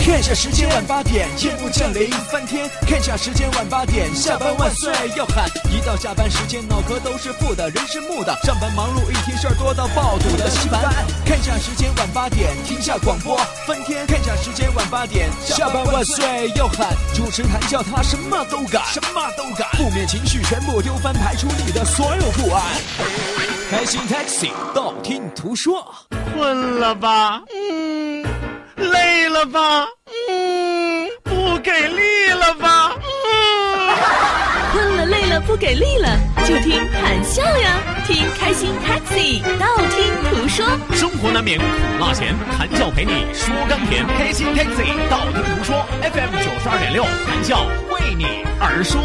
看下时间晚8点，夜幕降临翻天。看下时间晚8点，下班万岁要喊。一到下班时间，脑壳都是负的，人是木的。上班忙碌一天，事儿多到爆肚的稀饭。看下时间晚8点，听下广播翻天。看下时间晚8点，下班万岁要喊。主持谈笑他什么都敢，什么都敢。负面情绪全部丢翻，排除你的所有不安。开心 Taxi， 道听途说。 困了吧？累了吧？不给力了吧？ 困了累了不给力了，就听谈笑呀，听开心 Taxi， 道听途说。 生活难免苦辣咸，谈笑陪你说甘甜。开心 Taxi， 道听途说 FM 92.6，谈笑为你而说。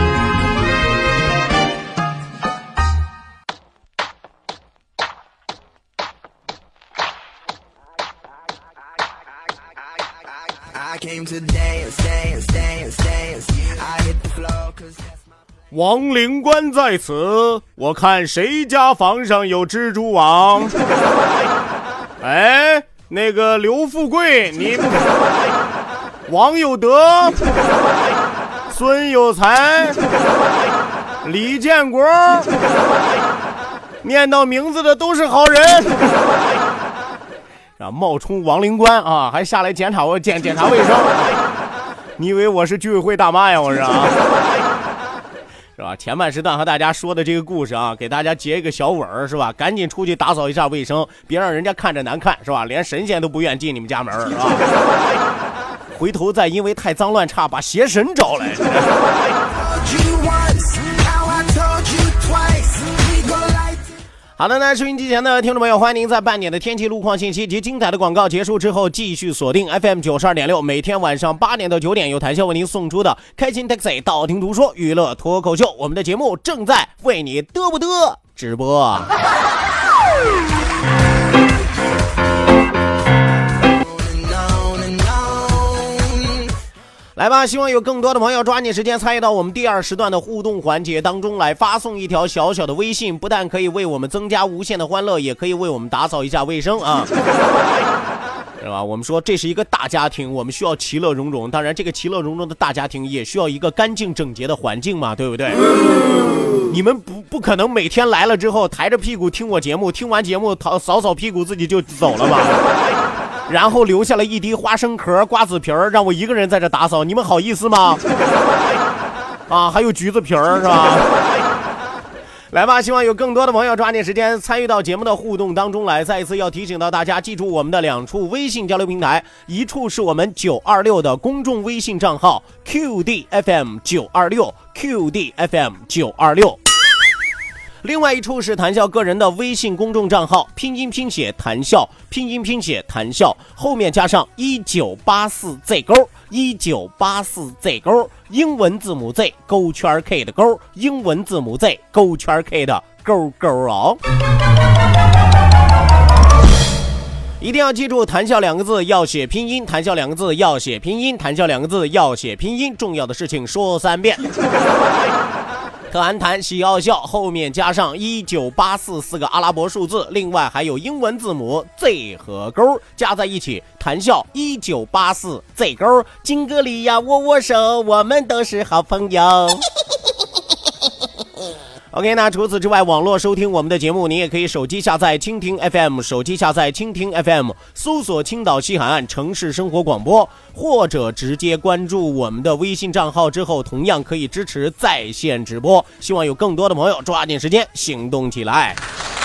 王灵官在此，我看谁家房上有蜘蛛网。哎，那个刘富贵，你王有德，孙有才，李建国，念到名字的都是好人。冒充王灵官啊，还下来检查卫生。你以为我是居委会大妈呀？我是啊，是吧？前半时段和大家说的这个故事啊，给大家结一个小尾儿，是吧？赶紧出去打扫一下卫生，别让人家看着难看，是吧？连神仙都不愿进你们家门，是吧？回头再因为太脏乱差把邪神招来。好的呢，收音机前的听众朋友，欢迎您在半点的天气路况信息及精彩的广告结束之后，继续锁定 FM 92.6，每天晚上8点到9点，由谈笑为您送出的开心 Taxi 道听途说娱乐脱口秀。我们的节目正在为你嘚不嘚直播。来吧，希望有更多的朋友抓紧时间参与到我们第2时段的互动环节当中来，发送一条小小的微信，不但可以为我们增加无限的欢乐，也可以为我们打扫一下卫生啊，是吧？我们说这是一个大家庭，我们需要其乐融融，当然这个其乐融融的大家庭也需要一个干净整洁的环境嘛，对不对？你们不可能每天来了之后抬着屁股听我节目，听完节目扫屁股自己就走了吧？然后留下了一滴花生壳、瓜子皮儿，让我一个人在这打扫，你们好意思吗？啊，还有橘子皮儿，是吧？来吧，希望有更多的朋友抓紧时间参与到节目的互动当中来。再一次要提醒到大家，记住我们的2处微信交流平台，一处是我们926的公众微信账号 QDFM 926 QDFM 926。另外一处是谈笑个人的微信公众账号，拼音拼写谈笑，拼音拼写谈笑，后面加上1984Z勾，1984Z勾，英文字母 Z 勾圈 K 的勾，英文字母 Z 勾圈 K 的勾勾哦。一定要记住谈笑2个字要写拼音，谈笑2个字要写拼音，谈笑2个字要写拼音，重要的事情说3遍。特安谈喜奥笑，后面加上19844个阿拉伯数字，另外还有英文字母 Z 和勾加在一起，谈笑1984Z 勾，金格里亚握握手，我们都是好朋友。OK， 那除此之外，网络收听我们的节目，你也可以手机下载蜻蜓 FM， 手机下载蜻蜓 FM， 搜索青岛西海岸城市生活广播，或者直接关注我们的微信账号之后，同样可以支持在线直播。希望有更多的朋友抓紧时间行动起来。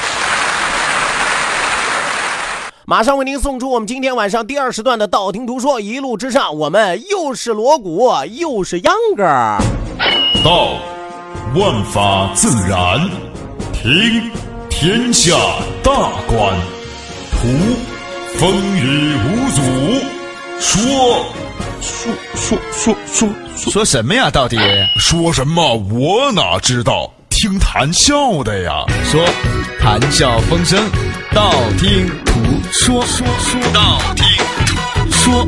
马上为您送出我们今天晚上第2时段的道听途说，一路之上，我们又是锣鼓又是秧歌。 道万法自然，听天下大观，图风雨无阻， 说什么呀？到底说什么？我哪知道？听谈笑的呀。 说谈笑风生，道听途说，道听途说。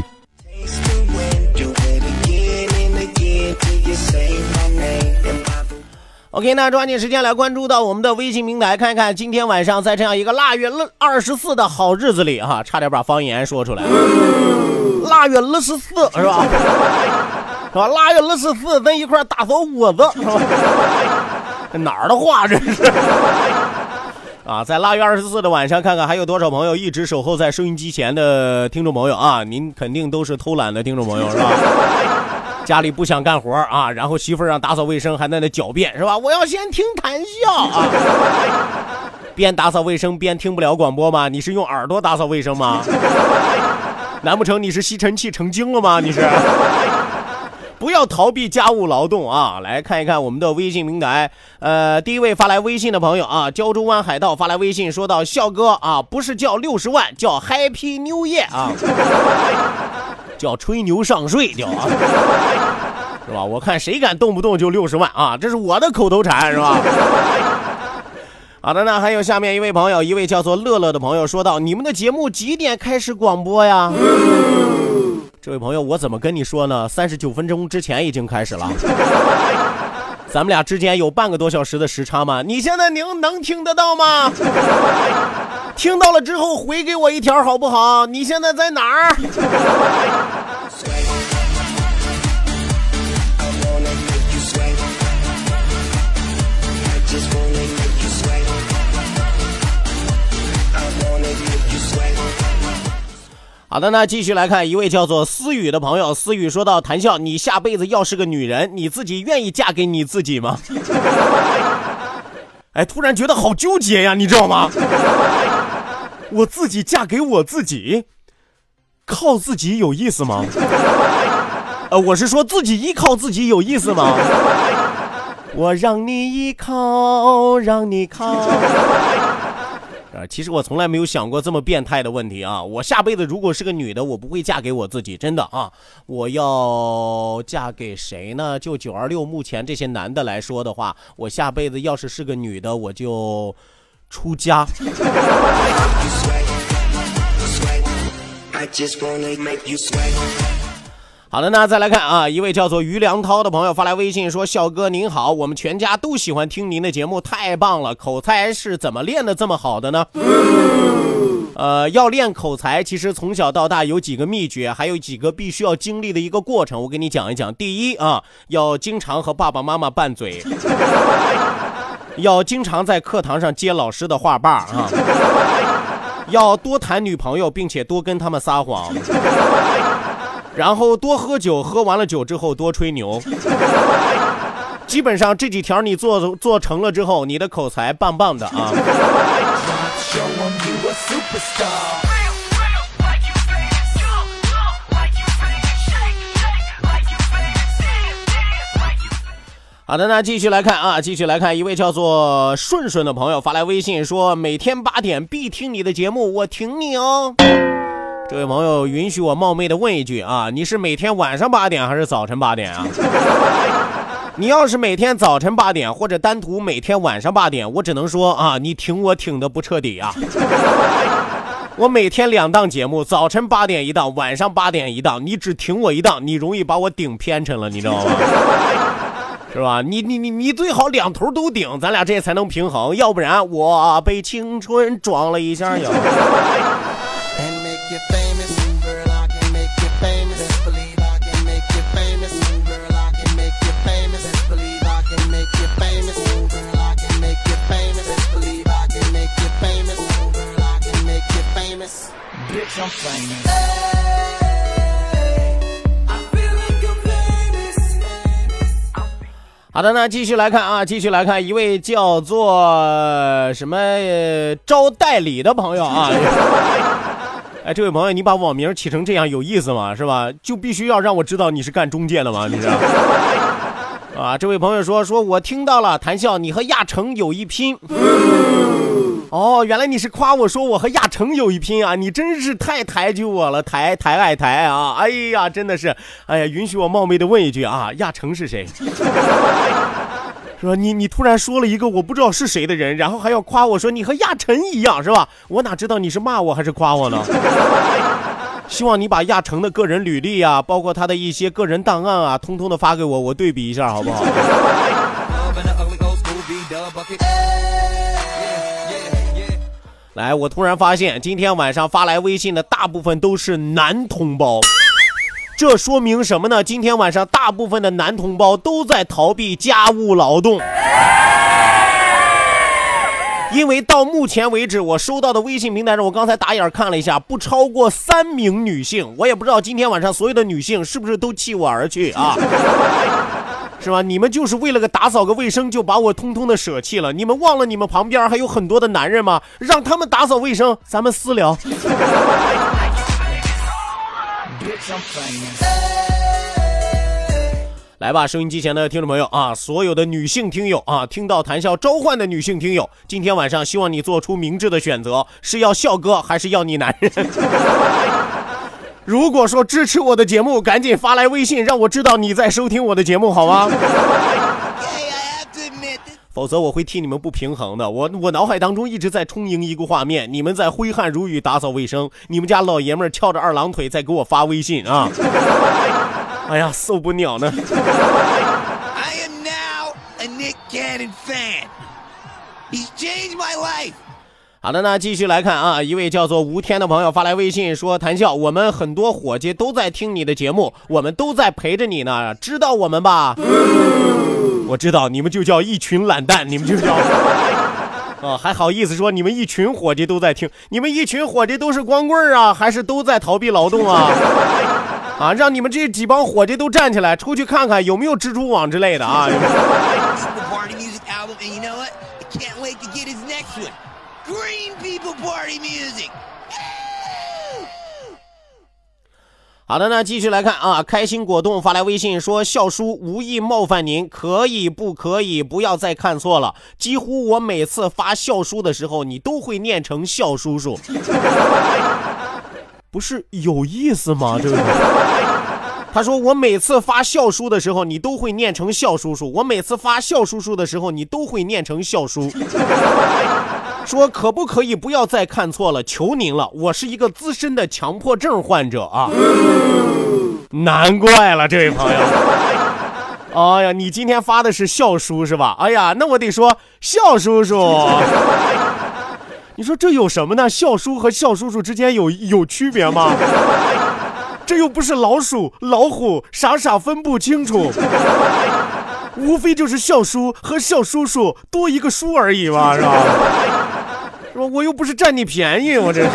OK， 那抓紧时间来关注到我们的微信平台，看看今天晚上在这样一个腊月24的好日子里哈，差点把方言说出来。腊月24是吧？是吧？腊月24，咱一块打扫屋子是吧？这哪儿的话这是？啊，在腊月24的晚上，看看还有多少朋友一直守候在收音机前的听众朋友啊，您肯定都是偷懒的听众朋友是吧？家里不想干活啊，然后媳妇儿让打扫卫生还在那狡辩是吧？我要先听谈笑啊，边打扫卫生边听不了广播吗？你是用耳朵打扫卫生吗？难不成你是吸尘器成精了吗？你是？不要逃避家务劳动啊！来看一看我们的微信平台，第一位发来微信的朋友啊，胶州湾海盗发来微信说到，笑哥啊，不是叫60万，叫 Happy New Year 啊，叫吹牛上税叫啊，是吧？我看谁敢动不动就60万啊，这是我的口头禅是吧？好的呢，还有下面一位朋友，一位叫做乐乐的朋友说到，你们的节目几点开始广播呀？这位朋友，我怎么跟你说呢？39分钟之前已经开始了，咱们俩之间有半个多小时的时差吗？你现在能听得到吗？听到了之后回给我一条好不好？你现在在哪儿？好的呢，继续来看一位叫做思雨的朋友。思雨说到，谈笑，你下辈子要是个女人，你自己愿意嫁给你自己吗？哎，突然觉得好纠结呀，你知道吗？我自己嫁给我自己，靠自己有意思吗？我是说自己依靠自己有意思吗？我让你依靠，让你靠。其实我从来没有想过这么变态的问题啊！我下辈子如果是个女的，我不会嫁给我自己，真的啊！我要嫁给谁呢？就926目前这些男的来说的话，我下辈子要是个女的，我就出家。好的呢，再来看啊，一位叫做于良涛的朋友发来微信说，笑哥您好，我们全家都喜欢听您的节目，太棒了，口才是怎么练的这么好的呢？要练口才，其实从小到大有几个秘诀，还有几个必须要经历的一个过程，我给你讲一讲。第一啊，要经常和爸爸妈妈拌嘴，要经常在课堂上接老师的话把啊，要多谈女朋友，并且多跟他们撒谎。然后多喝酒，喝完了酒之后多吹牛。基本上这几条你做成了之后，你的口才棒棒的啊。好的，那继续来看啊，继续来看一位叫做顺顺的朋友发来微信说，每天8点必听你的节目，我挺你哦。这位朋友，允许我冒昧的问一句啊，你是每天晚上8点还是早晨8点啊？你要是每天早晨8点，或者单独每天晚上8点，我只能说啊，你挺我挺的不彻底啊。我每天2档节目，早晨8点一档，晚上8点一档，你只挺我一档，你容易把我顶偏沉了，你知道吗？是吧？你最好2头都顶，咱俩这才能平衡，要不然我被青春撞了一下腰。好的，那继续来看啊，继续来看一位叫做什么招代理的朋友啊。哎，这位朋友，你把网名起成这样有意思吗？是吧？就必须要让我知道你是干中介的吗？你知道？啊，这位朋友说我听到了，谈笑你和亚成有一拼。哦，原来你是夸我说我和亚成有一拼啊！你真是太抬举我了，抬爱抬啊！哎呀，真的是，哎呀，允许我冒昧的问一句啊，亚成是谁？是吧？你突然说了一个我不知道是谁的人，然后还要夸我说你和亚成一样，是吧？我哪知道你是骂我还是夸我呢？希望你把亚成的个人履历啊，包括他的一些个人档案啊，通通的发给我，我对比一下好不好？ 来，我突然发现今天晚上发来微信的大部分都是男同胞，这说明什么呢？今天晚上大部分的男同胞都在逃避家务劳动。因为到目前为止我收到的微信名单上，我刚才打眼看了一下，不超过3名女性。我也不知道今天晚上所有的女性是不是都弃我而去啊？是吧？你们就是为了个打扫个卫生就把我通通的舍弃了，你们忘了你们旁边还有很多的男人吗？让他们打扫卫生，咱们私聊。来吧，收音机前的听众朋友啊，所有的女性听友啊，听到谈笑召唤的女性听友，今天晚上希望你做出明智的选择，是要笑哥还是要你男人？如果说支持我的节目，赶紧发来微信让我知道你在收听我的节目，好吗？否则我会替你们不平衡的。我脑海当中一直在充盈一个画面，你们在挥汗如雨打扫卫生，你们家老爷们儿翘着2郎腿在给我发微信啊！哎呀，受不了呢。 I am now a Nick Cannon fan. He's changed my life. 好的，那继续来看啊，一位叫做吴天的朋友发来微信说：谈笑，我们很多伙计都在听你的节目，我们都在陪着你呢，知道我们吧？我知道，你们就叫一群懒蛋，你们就叫还好意思说你们一群伙计都在听，你们一群伙计都是光棍啊，还是都在逃避劳动啊？啊，让你们这几帮伙计都站起来，出去看看有没有蜘蛛网之类的啊！好的，那继续来看啊，开心果冻发来微信说：笑叔无意冒犯您，可以不可以不要再看错了？几乎我每次发笑叔的时候，你都会念成笑叔叔。不是有意思吗？这个他说我每次发笑叔的时候你都会念成笑叔叔，我每次发笑叔叔的时候你都会念成笑叔。说可不可以不要再看错了，求您了，我是一个资深的强迫症患者啊。难怪了，这位朋友。哎呀，你今天发的是笑叔是吧？哎呀，那我得说笑叔叔。你说这有什么呢？笑叔和笑叔叔之间有区别吗？这又不是老鼠老虎，傻傻分不清楚，无非就是笑叔和笑叔叔多一个叔而已嘛，是吧？是吧？我又不是占你便宜，我这是。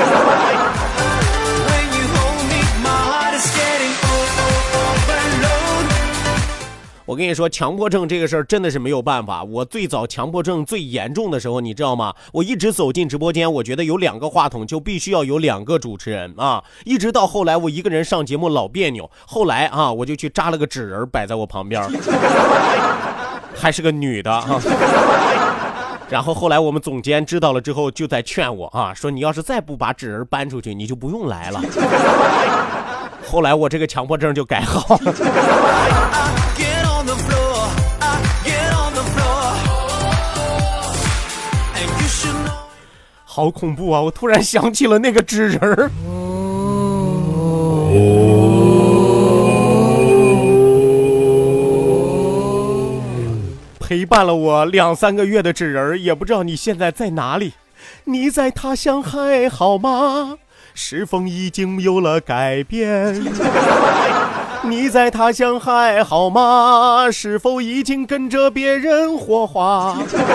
我跟你说，强迫症这个事儿真的是没有办法。我最早强迫症最严重的时候，你知道吗？我一直走进直播间，我觉得有2个话筒就必须要有2个主持人啊。一直到后来我一个人上节目老别扭，后来啊我就去扎了个纸人摆在我旁边，还是个女的啊。然后后来我们总监知道了之后就在劝我啊，说你要是再不把纸人搬出去，你就不用来了。后来我这个强迫症就改好了。好恐怖啊！我突然想起了那个纸人儿。陪伴了我2、3个月的纸人，也不知道你现在在哪里。你在他乡还好吗？是否已经有了改变？你在他乡还好吗？是否已经跟着别人火花？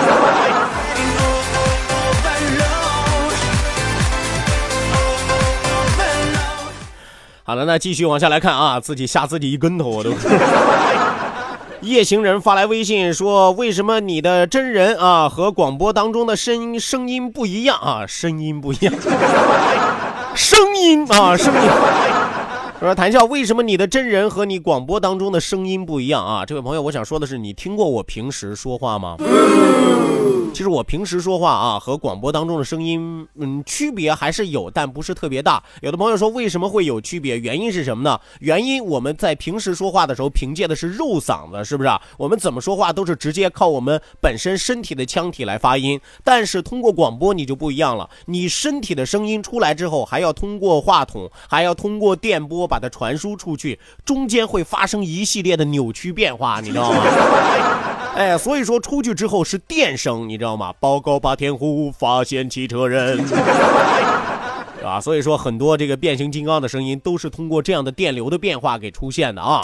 好了，那继续往下来看啊，自己吓自己一跟头，我都。夜行人发来微信说：为什么你的真人啊和广播当中的声音不一样啊？声音不一样，声音。说谈笑，为什么你的真人和你广播当中的声音不一样啊？这位朋友，我想说的是，你听过我平时说话吗？其实我平时说话啊和广播当中的声音区别还是有，但不是特别大。有的朋友说为什么会有区别，原因是什么呢？原因我们在平时说话的时候凭借的是肉嗓子，是不是啊？我们怎么说话都是直接靠我们本身身体的腔体来发音，但是通过广播你就不一样了，你身体的声音出来之后还要通过话筒，还要通过电波把它传输出去，中间会发生一系列的扭曲变化，你知道吗？ 哎，所以说出去之后是电声，你知道吗？报告霸天虎，发现汽车人。啊，所以说很多这个变形金刚的声音都是通过这样的电流的变化给出现的啊。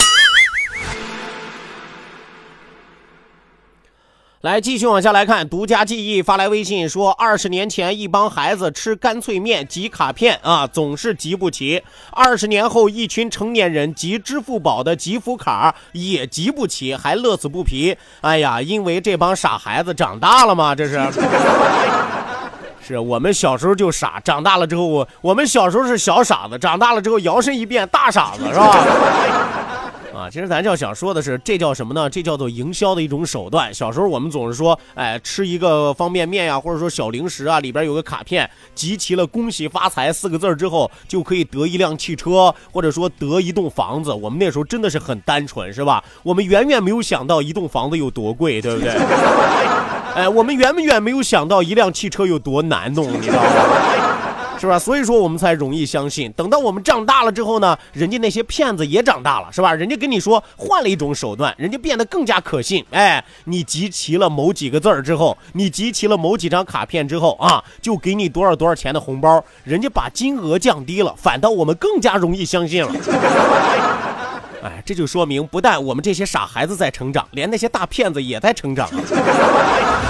来，继续往下来看，独家记忆发来微信说，20年前一帮孩子吃干脆面集卡片啊，总是集不齐；20年后一群成年人集支付宝的集福卡也集不齐，还乐此不疲。哎呀，因为这帮傻孩子长大了吗？这是。是我们小时候就傻，长大了之后我们小时候是小傻子，长大了之后摇身一变大傻子，是吧？啊，其实咱想说的是，这叫什么呢？这叫做营销的一种手段。小时候我们总是说，哎，吃一个方便面呀，或者说小零食啊，里边有个卡片，集齐了恭喜发财4个字之后，就可以得一辆汽车，或者说得一栋房子。我们那时候真的是很单纯，是吧？我们远远没有想到一栋房子有多贵，对不对？哎，我们远远没有想到一辆汽车有多难弄，你知道吗？是吧？所以说我们才容易相信。等到我们长大了之后呢，人家那些骗子也长大了，是吧？人家跟你说换了一种手段，人家变得更加可信。哎，你集齐了某几个字儿之后，你集齐了某几张卡片之后啊，就给你多少钱的红包，人家把金额降低了，反倒我们更加容易相信了。哎，这就说明不但我们这些傻孩子在成长，连那些大骗子也在成长啊。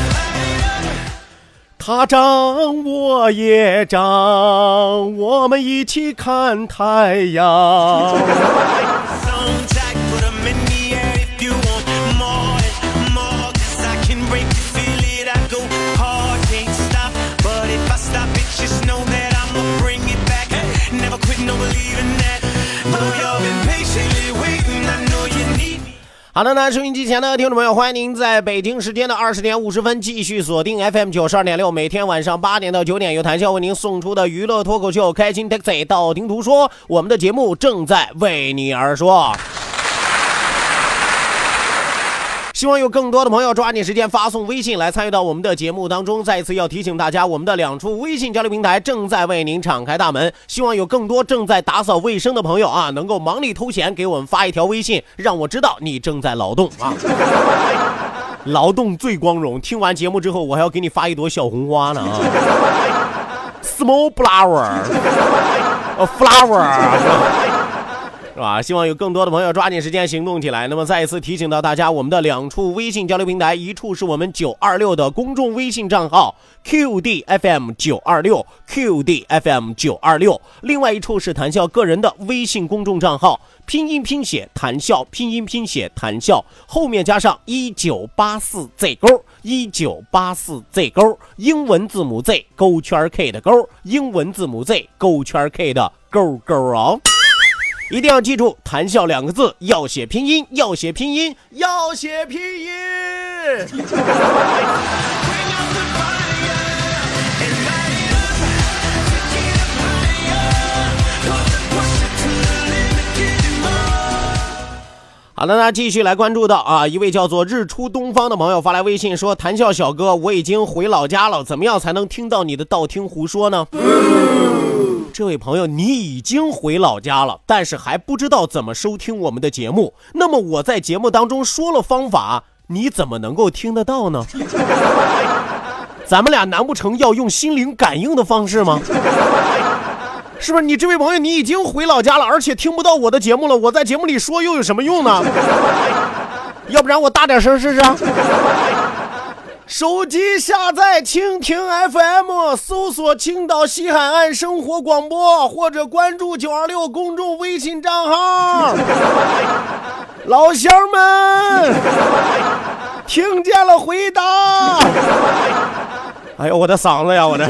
他长我也长，我们一起看太阳。好的呢，收音机前的听众朋友，欢迎您在北京时间的20点50分继续锁定 FM 92.6，每天晚上8点到9点由谈笑为您送出的娱乐脱口秀开心 Taxi 道听途说，我们的节目正在为你而说。希望有更多的朋友抓紧时间发送微信来参与到我们的节目当中。再一次要提醒大家，我们的2处微信交流平台正在为您敞开大门。希望有更多正在打扫卫生的朋友啊，能够忙里偷闲给我们发一条微信，让我知道你正在劳动啊。劳动最光荣。听完节目之后，我还要给你发一朵小红花呢啊。Small flower， flower。是吧？希望有更多的朋友抓紧时间行动起来。那么再一次提醒到大家，我们的2处微信交流平台，一处是我们926的公众微信账号 QDFM926 QDFM926， 另外一处是谈笑个人的微信公众账号，拼音拼写谈笑，拼音拼写谈笑，后面加上1984Z勾，1984Z勾，英文字母 Z 勾圈 K 的勾，英文字母 Z 勾圈 K 的勾勾哦。一定要记住谈笑2个字，要写拼音，要写拼音，要写拼音。好的，那继续来关注到啊，一位叫做日出东方的朋友发来微信说，谈笑小哥，我已经回老家了，怎么样才能听到你的道听胡说呢？这位朋友，你已经回老家了，但是还不知道怎么收听我们的节目，那么我在节目当中说了方法，你怎么能够听得到呢？咱们俩难不成要用心灵感应的方式吗？是不是？你这位朋友，你已经回老家了，而且听不到我的节目了，我在节目里说又有什么用呢？要不然我大点声试试。手机下载蜻蜓 FM， 搜索青岛西海岸生活广播，或者关注926公众微信账号。老乡们，听见了回答。哎呦，我的嗓子呀，我的。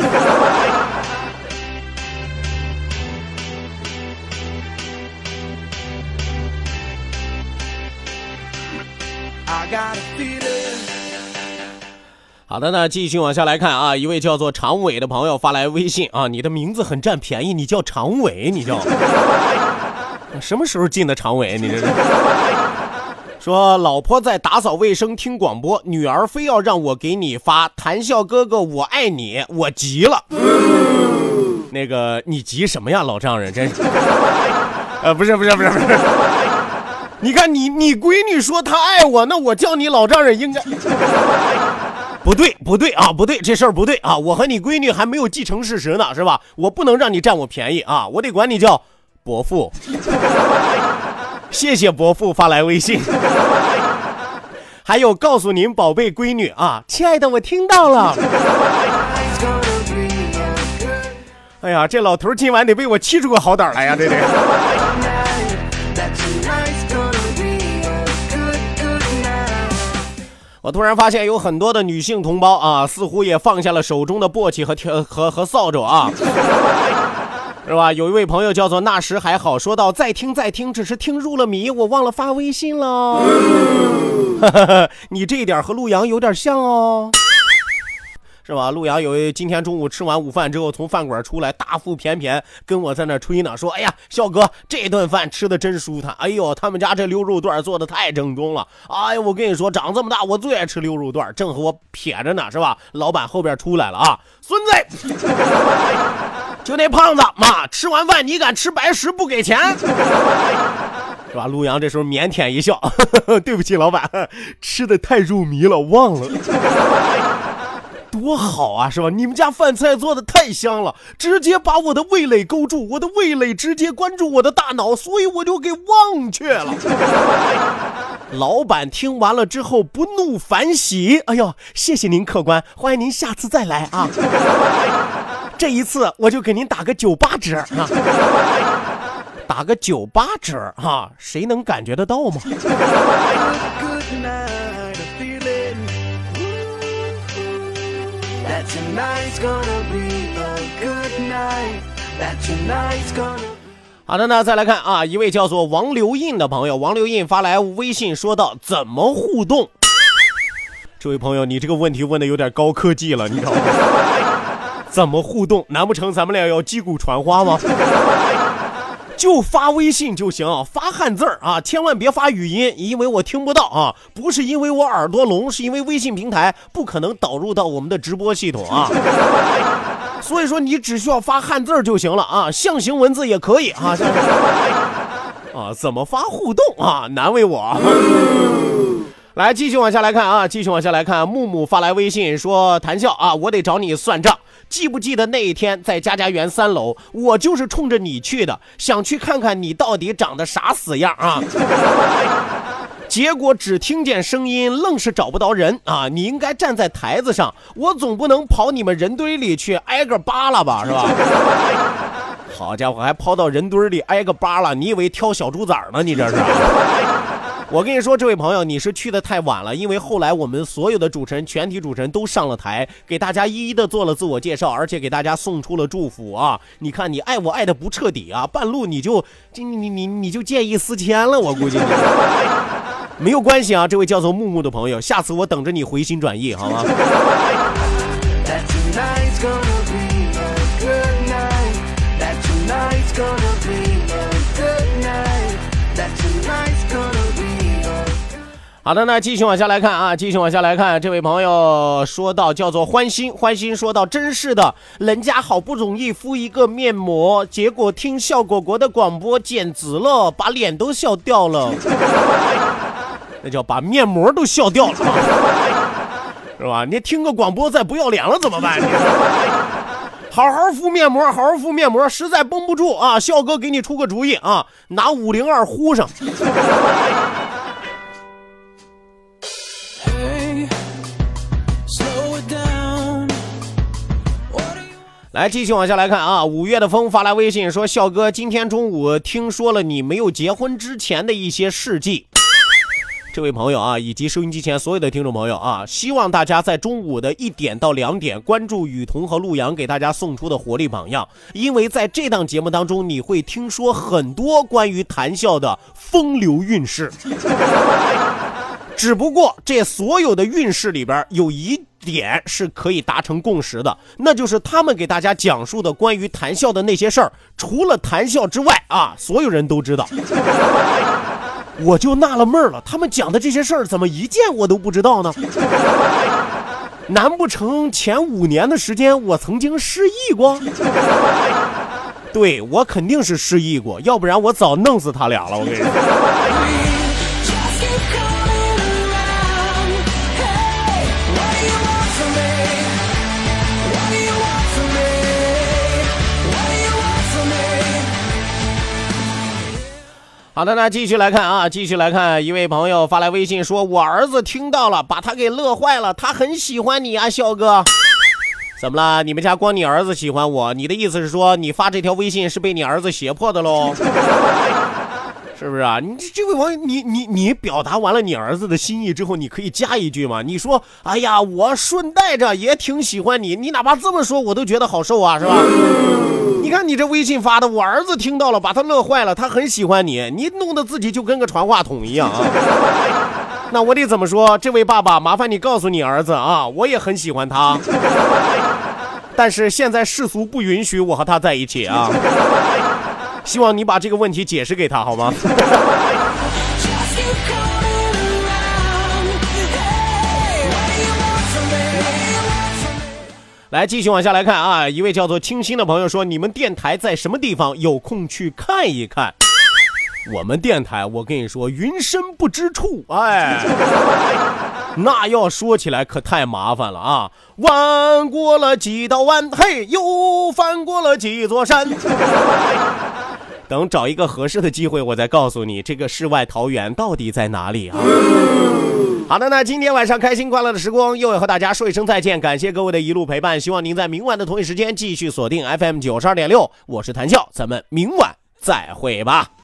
好的呢，继续往下来看啊，一位叫做常伟的朋友发来微信啊，你的名字很占便宜，你叫常伟，你叫什么时候进的常伟？你这是说老婆在打扫卫生听广播，女儿非要让我给你发谈笑哥哥我爱你，我急了。那个你急什么呀，老丈人，真是不是你看你闺女说她爱我，那我叫你老丈人应该不对啊，不对，这事儿不对啊！我和你闺女还没有继承事实呢，是吧？我不能让你占我便宜啊！我得管你叫伯父。谢谢伯父发来微信。还有告诉您宝贝闺女啊，亲爱的，我听到了。哎呀，这老头今晚得为我气出个好歹来呀，对不对？我突然发现有很多的女性同胞啊，似乎也放下了手中的簸箕和扫帚啊，是吧？有一位朋友叫做那时还好，说到再听，只是听入了迷，我忘了发微信了。你这一点和陆阳有点像哦。是吧？陆阳今天中午吃完午饭之后，从饭馆出来，大腹便便跟我在那吹呢，说：“哎呀，笑哥，这顿饭吃的真舒坦！哎呦，他们家这溜肉段做的太正宗了！哎呀，我跟你说，长这么大我最爱吃溜肉段，正和我撇着呢，是吧？”老板后边出来了啊，孙子，就那胖子妈，吃完饭你敢吃白食不给钱？是吧？陆阳这时候腼腆一笑，呵呵，对不起，老板，吃的太入迷了，忘了。多好啊，是吧？你们家饭菜做的太香了，直接把我的味蕾勾住，我的味蕾直接关注我的大脑，所以我就给忘却了。老板听完了之后不怒反喜，哎呦，谢谢您客官，欢迎您下次再来啊。这一次我就给您打个98折啊，打个98折啊，谁能感觉得到吗？好的呢，再来看啊，一位叫做王刘印的朋友，王刘印发来微信说道：怎么互动？这位朋友，你这个问题问的有点高科技了，你知道吗？怎么互动？难不成咱们俩要击鼓传花吗？就发微信就行，发汉字啊，千万别发语音，因为我听不到啊，不是因为我耳朵聋，是因为微信平台不可能导入到我们的直播系统啊。所以说你只需要发汉字就行了啊，象形文字也可以啊。啊，怎么发互动啊？难为我。来，继续往下来看啊，继续往下来看，木木发来微信说：谈笑啊，我得找你算账。记不记得那一天在家园3楼，我就是冲着你去的，想去看看你到底长得啥死样啊。结果只听见声音，愣是找不到人啊！你应该站在台子上，我总不能跑你们人堆里去挨个扒拉吧，是吧？好家伙，还抛到人堆里挨个扒拉，你以为挑小猪崽呢？你这是？我跟你说，这位朋友，你是去的太晚了，因为后来我们所有的主持人，全体主持人都上了台，给大家一一的做了自我介绍，而且给大家送出了祝福啊！你看你爱我爱的不彻底啊，半路你就见异思迁了，我估计你没有关系啊，这位叫做木木的朋友，下次我等着你回心转意，好吗？好的，那继续往下来看啊，继续往下来看，这位朋友说到叫做欢心说到，真是的，人家好不容易敷一个面膜，结果听笑果果的广播简直了，把脸都笑掉了。那叫把面膜都笑掉了，是吧？你听个广播再不要脸了怎么办？好好敷面膜，好好敷面膜，实在绷不住啊，笑哥给你出个主意啊，拿502呼上。来，继续往下来看啊，5月的风发来微信说，笑哥，今天中午听说了你没有结婚之前的一些事迹。这位朋友啊，以及收音机前所有的听众朋友啊，希望大家在中午的1点到2点关注雨桐和陆阳给大家送出的活力榜样，因为在这档节目当中，你会听说很多关于谈笑的风流韵事。只不过这所有的运势里边有一点是可以达成共识的，那就是他们给大家讲述的关于谈笑的那些事儿，除了谈笑之外啊，所有人都知道。我就纳了闷了，他们讲的这些事儿怎么一件我都不知道呢？难不成前5年的时间我曾经失忆过？对，我肯定是失忆过，要不然我早弄死他俩了，我跟你说。 好的，那继续来看一位朋友发来微信说，我儿子听到了，把他给乐坏了，他很喜欢你啊，小哥。怎么了？你们家光你儿子喜欢我？你的意思是说你发这条微信是被你儿子胁迫的喽？是不是啊？你这位网友，你表达完了你儿子的心意之后，你可以加一句嘛？你说，哎呀，我顺带着也挺喜欢你，你哪怕这么说，我都觉得好受啊，是吧？你看你这微信发的，我儿子听到了，把他乐坏了，他很喜欢你，你弄得自己就跟个传话筒一样啊。那我得怎么说？这位爸爸，麻烦你告诉你儿子啊，我也很喜欢他，但是现在世俗不允许我和他在一起啊。希望你把这个问题解释给他好吗？来，继续往下来看啊，一位叫做清新的朋友说，你们电台在什么地方？有空去看一看。我们电台，我跟你说，云深不知处，哎，那要说起来可太麻烦了啊！弯过了几道弯，嘿，又翻过了几座山。等找一个合适的机会，我再告诉你这个世外桃源到底在哪里啊！好的，那今天晚上开心快乐的时光又要和大家说一声再见，感谢各位的一路陪伴，希望您在明晚的同一时间继续锁定 FM 92.6，我是谭笑，咱们明晚再会吧。